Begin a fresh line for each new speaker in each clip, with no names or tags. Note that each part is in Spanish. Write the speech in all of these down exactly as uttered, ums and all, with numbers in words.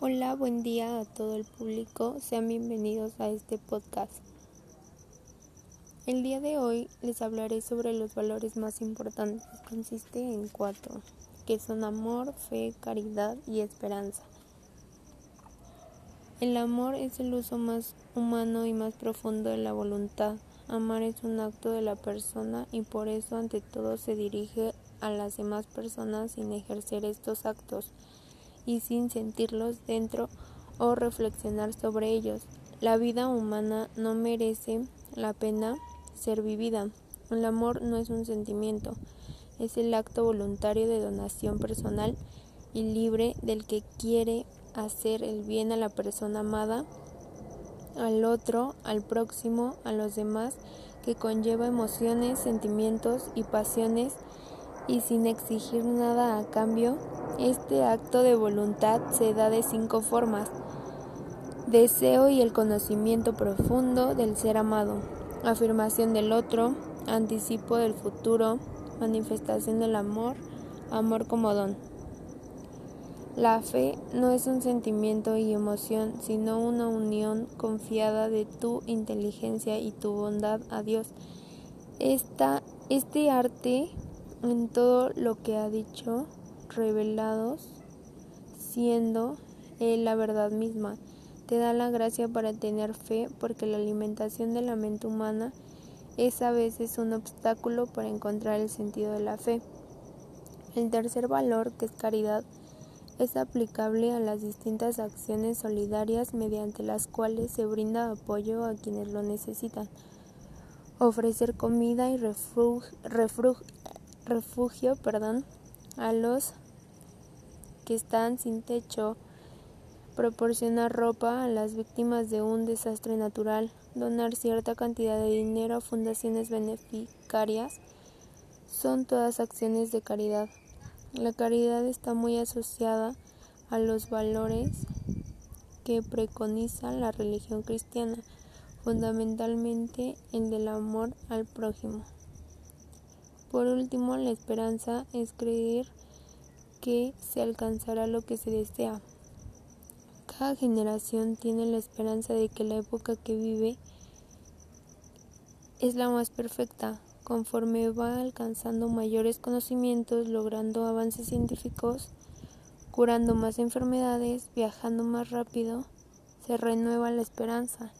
Hola, buen día a todo el público, sean bienvenidos a este podcast. El día de hoy les hablaré sobre los valores más importantes, consiste en cuatro, que son amor, fe, caridad y esperanza. El amor es el uso más humano y más profundo de la voluntad. Amar es un acto de la persona y por eso ante todo se dirige a las demás personas sin ejercer estos actos y sin sentirlos dentro o reflexionar sobre ellos. La vida humana no merece la pena ser vivida. El amor no es un sentimiento, es el acto voluntario de donación personal y libre del que quiere hacer el bien a la persona amada, al otro, al próximo, a los demás, que conlleva emociones, sentimientos y pasiones y sin exigir nada a cambio. Este acto de voluntad se da de cinco formas: deseo y el conocimiento profundo del ser amado, afirmación del otro, anticipo del futuro, manifestación del amor, amor como don. La fe no es un sentimiento y emoción, sino una unión confiada de tu inteligencia y tu bondad a Dios. Esta, este arte en todo lo que ha dicho, revelados, siendo Él la verdad misma, te da la gracia para tener fe, porque la alimentación de la mente humana es a veces un obstáculo para encontrar el sentido de la fe. El tercer valor, que es caridad, es aplicable a las distintas acciones solidarias mediante las cuales se brinda apoyo a quienes lo necesitan. Ofrecer comida y refugio, refugio, refugio perdón, a los que están sin techo, proporcionar ropa a las víctimas de un desastre natural, donar cierta cantidad de dinero a fundaciones beneficiarias, son todas acciones de caridad. La caridad está muy asociada a los valores que preconiza la religión cristiana, fundamentalmente el del amor al prójimo. Por último, la esperanza es creer que se alcanzará lo que se desea. Cada generación tiene la esperanza de que la época que vive es la más perfecta. Conforme va alcanzando mayores conocimientos, logrando avances científicos, curando más enfermedades, viajando más rápido, se renueva la esperanza.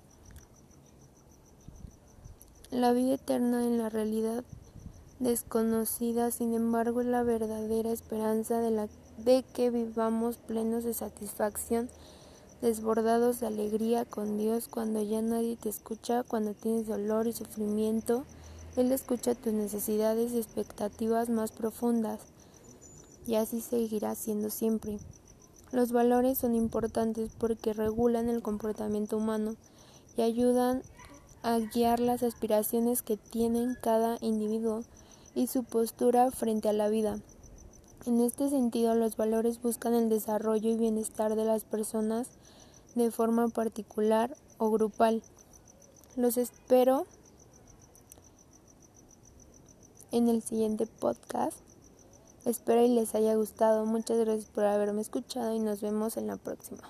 La vida eterna en la realidad desconocida, sin embargo, es la verdadera esperanza de, la, de que vivamos plenos de satisfacción, desbordados de alegría con Dios cuando ya nadie te escucha, cuando tienes dolor y sufrimiento. Él escucha tus necesidades y expectativas más profundas, y así seguirá siendo siempre. Los valores son importantes porque regulan el comportamiento humano y ayudan a guiar las aspiraciones que tienen cada individuo y su postura frente a la vida. En este sentido, los valores buscan el desarrollo y bienestar de las personas de forma particular o grupal. Los espero en el siguiente podcast. Espero y les haya gustado. Muchas gracias por haberme escuchado y nos vemos en la próxima.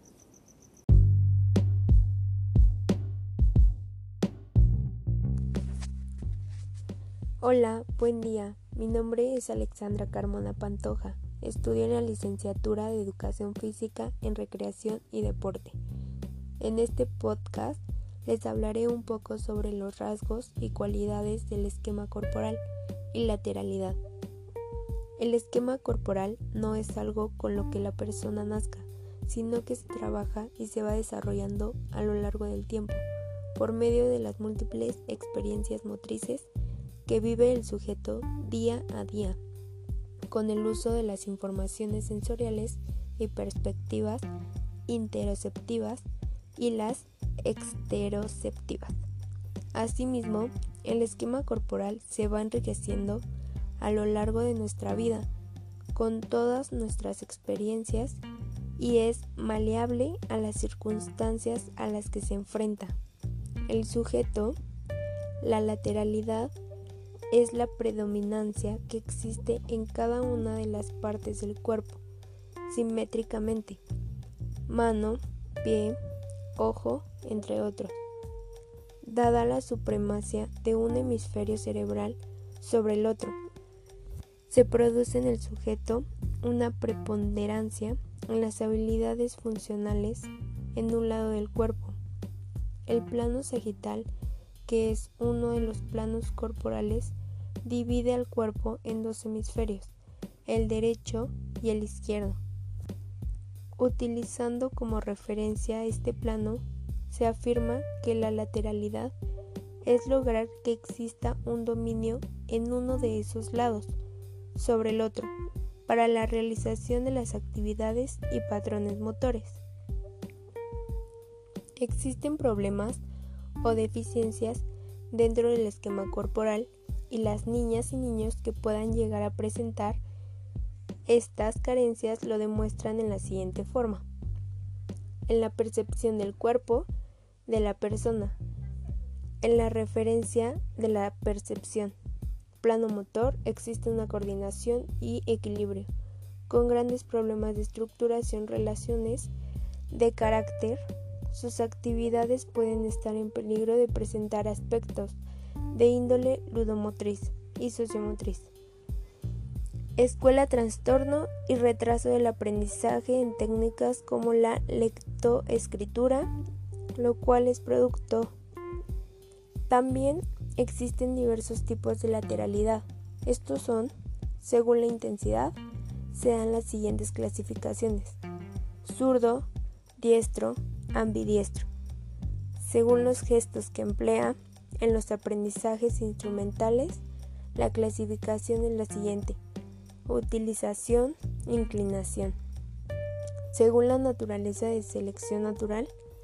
Hola, buen día. Mi nombre es Alexandra Carmona Pantoja. Estudio en la licenciatura de Educación Física en Recreación y Deporte. En este podcast les hablaré un poco sobre los rasgos y cualidades del esquema corporal y lateralidad. El esquema corporal no es algo con lo que la persona nazca, sino que se trabaja y se va desarrollando a lo largo del tiempo, por medio de las múltiples experiencias motrices que vive el sujeto día a día, con el uso de las informaciones sensoriales y perspectivas interoceptivas y las exteroceptivas. Asimismo, el esquema corporal se va enriqueciendo a lo largo de nuestra vida con todas nuestras experiencias y es maleable a las circunstancias a las que se enfrenta. El sujeto, la lateralidad, es la predominancia que existe en cada una de las partes del cuerpo, simétricamente. mano, pie, ojo, entre otros. Dada la supremacía de un hemisferio cerebral sobre el otro, se produce en el sujeto una preponderancia en las habilidades funcionales en un lado del cuerpo. El plano sagital, que es uno de los planos corporales, divide al cuerpo en dos hemisferios, el derecho y el izquierdo. Utilizando como referencia este plano, se afirma que la lateralidad es lograr que exista un dominio en uno de esos lados sobre el otro para la realización de las actividades y patrones motores. Existen problemas o deficiencias dentro del esquema corporal y las niñas y niños que puedan llegar a presentar estas carencias lo demuestran en la siguiente forma: en la percepción del cuerpo de la persona, en la referencia de la percepción, plano motor, existe una coordinación y equilibrio, con grandes problemas de estructuración, relaciones de carácter. Sus actividades pueden estar en peligro de presentar aspectos de índole ludomotriz y sociomotriz. Escuela, trastorno y retraso del aprendizaje en técnicas como la lectoescritura, lo cual es producto. También existen diversos tipos de lateralidad. Estos son, según la intensidad, se dan las siguientes clasificaciones: zurdo, diestro, ambidiestro. Según los gestos que emplea en los aprendizajes instrumentales, la clasificación es la siguiente: utilización, inclinación. Según la naturaleza de selección natural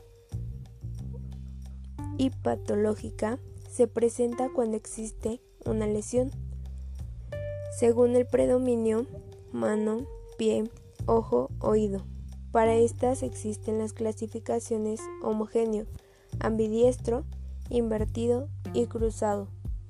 y patológica, se presenta cuando existe una lesión. Según el predominio, mano, pie, ojo, oído. Para estas existen las clasificaciones homogéneo, ambidiestro, invertido y cruzado.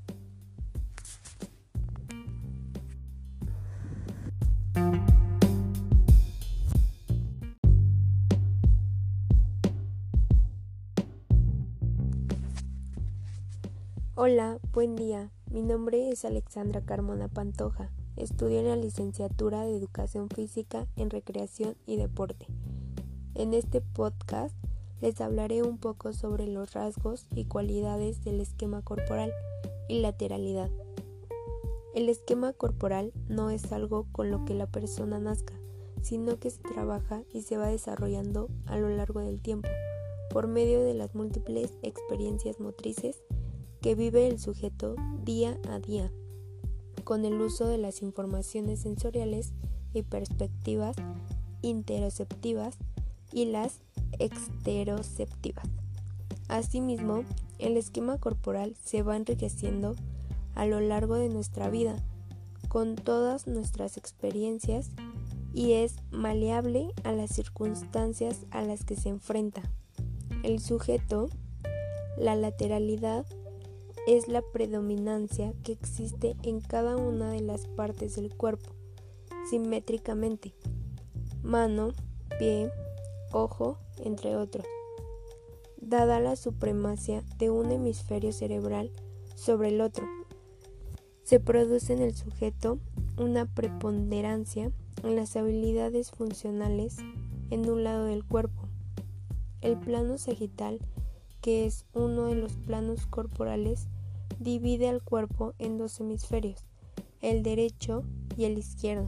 Hola, buen día. Mi nombre es Alexandra Carmona Pantoja. Estudio en la licenciatura de Educación Física en Recreación y Deporte. En este podcast les hablaré un poco sobre los rasgos y cualidades del esquema corporal y lateralidad. El esquema corporal no es algo con lo que la persona nazca, sino que se trabaja y se va desarrollando a lo largo del tiempo, por medio de las múltiples experiencias motrices que vive el sujeto día a día, con el uso de las informaciones sensoriales y perspectivas interoceptivas y las exteroceptivas. Asimismo, el esquema corporal se va enriqueciendo a lo largo de nuestra vida con todas nuestras experiencias y es maleable a las circunstancias a las que se enfrenta. El sujeto, la lateralidad, es la predominancia que existe en cada una de las partes del cuerpo, simétricamente, mano, pie, ojo, entre otros. Dada la supremacía de un hemisferio cerebral sobre el otro, se produce en el sujeto una preponderancia en las habilidades funcionales en un lado del cuerpo. El plano sagital, que es uno de los planos corporales, divide al cuerpo en dos hemisferios, el derecho y el izquierdo.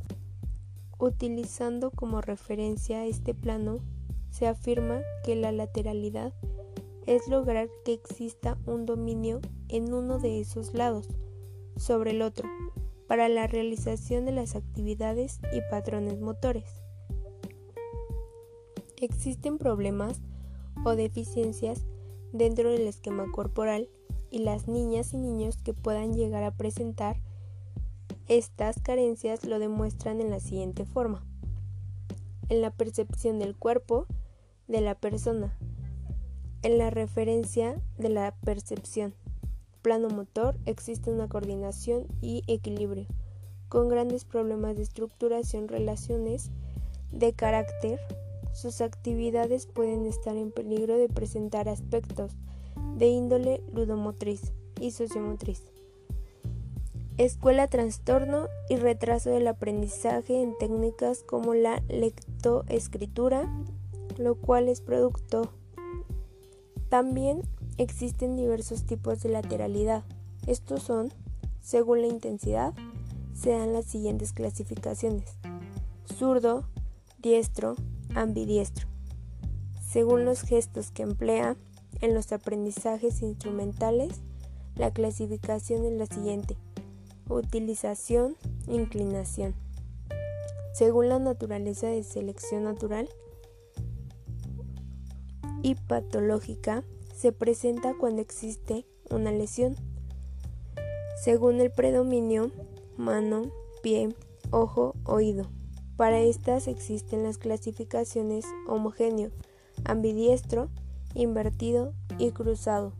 Utilizando como referencia este plano, se afirma que la lateralidad es lograr que exista un dominio en uno de esos lados sobre el otro para la realización de las actividades y patrones motores. Existen problemas o deficiencias dentro del esquema corporal y las niñas y niños que puedan llegar a presentar estas carencias lo demuestran en la siguiente forma: en la percepción del cuerpo de la persona, en la referencia de la percepción, plano motor, existe una coordinación y equilibrio, con grandes problemas de estructuración, relaciones de carácter. sus actividades pueden estar en peligro de presentar aspectos de índole ludomotriz y sociomotriz. Escuela trastorno y retraso del aprendizaje en técnicas como la lectoescritura, lo cual es producto. También existen diversos tipos de lateralidad. Estos son, según la intensidad, se dan las siguientes clasificaciones: zurdo, diestro, ambidiestro. Según los gestos que emplea en los aprendizajes instrumentales, la clasificación es la siguiente: utilización, inclinación. Según la naturaleza de selección natural y patológica, se presenta cuando existe una lesión. Según el predominio, mano, pie, ojo, oído. Para estas existen las clasificaciones homogéneo, ambidiestro, invertido y cruzado.